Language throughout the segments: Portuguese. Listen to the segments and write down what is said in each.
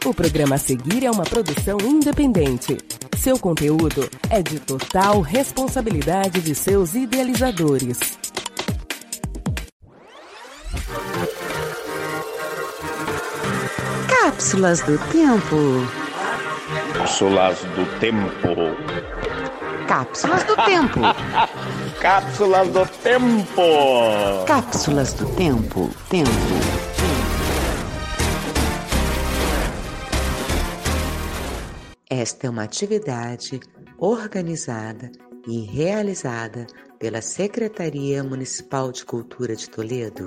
O programa a seguir é uma produção independente. Seu conteúdo é de total responsabilidade de seus idealizadores. Cápsulas do Tempo. Cápsulas do Tempo. Cápsulas do Tempo. Cápsulas do Tempo. Cápsulas do Tempo. Esta é uma atividade organizada e realizada pela Secretaria Municipal de Cultura de Toledo.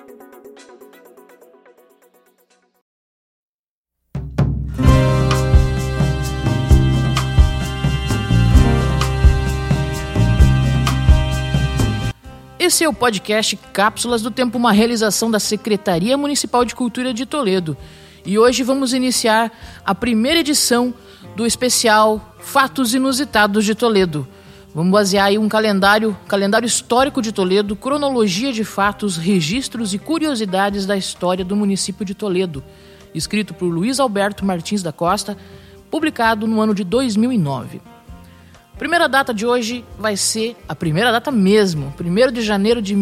Esse é o podcast Cápsulas do Tempo, uma realização da Secretaria Municipal de Cultura de Toledo. E hoje vamos iniciar a primeira edição do especial Fatos Inusitados de Toledo. Vamos basear aí um calendário histórico de Toledo, cronologia de fatos, registros e curiosidades da história do município de Toledo, escrito por Luiz Alberto Martins da Costa, publicado no ano de 2009. A primeira data de hoje vai ser a primeira data mesmo, 1º de janeiro de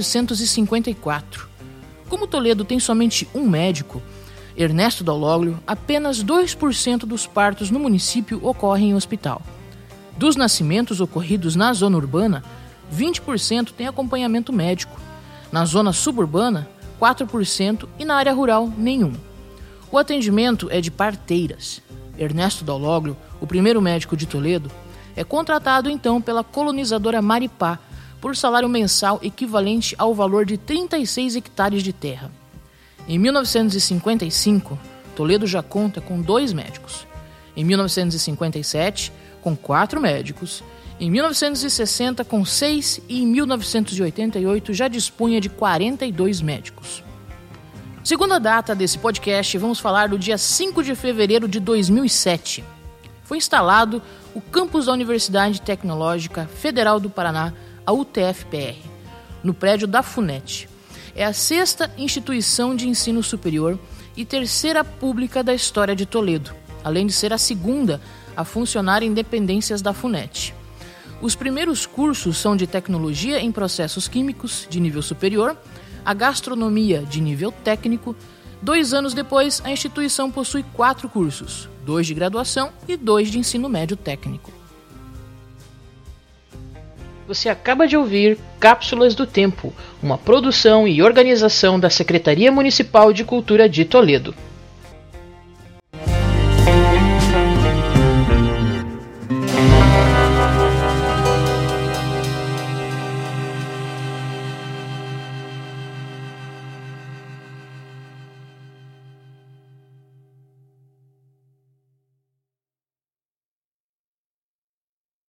1954. Como Toledo tem somente um médico, Ernesto Dalloglio, apenas 2% dos partos no município ocorrem em hospital. Dos nascimentos ocorridos na zona urbana, 20% tem acompanhamento médico. Na zona suburbana, 4% e na área rural, nenhum. O atendimento é de parteiras. Ernesto Dalloglio, o primeiro médico de Toledo, é contratado então pela colonizadora Maripá por salário mensal equivalente ao valor de 36 hectares de terra. Em 1955, Toledo já conta com 2 médicos. Em 1957, com 4 médicos. Em 1960, com 6 e em 1988 já dispunha de 42 médicos. Segunda data desse podcast, vamos falar do dia 5 de fevereiro de 2007. Foi instalado o campus da Universidade Tecnológica Federal do Paraná, a UTF-PR, no prédio da FUNET. É a 6ª instituição de ensino superior e 3ª pública da história de Toledo, além de ser a 2ª a funcionar em dependências da FUNET. Os primeiros cursos são de tecnologia em processos químicos, de nível superior, a gastronomia, de nível técnico. 2 anos depois, a instituição possui 4 cursos, 2 de graduação e 2 de ensino médio técnico. Você acaba de ouvir Cápsulas do Tempo, uma produção e organização da Secretaria Municipal de Cultura de Toledo.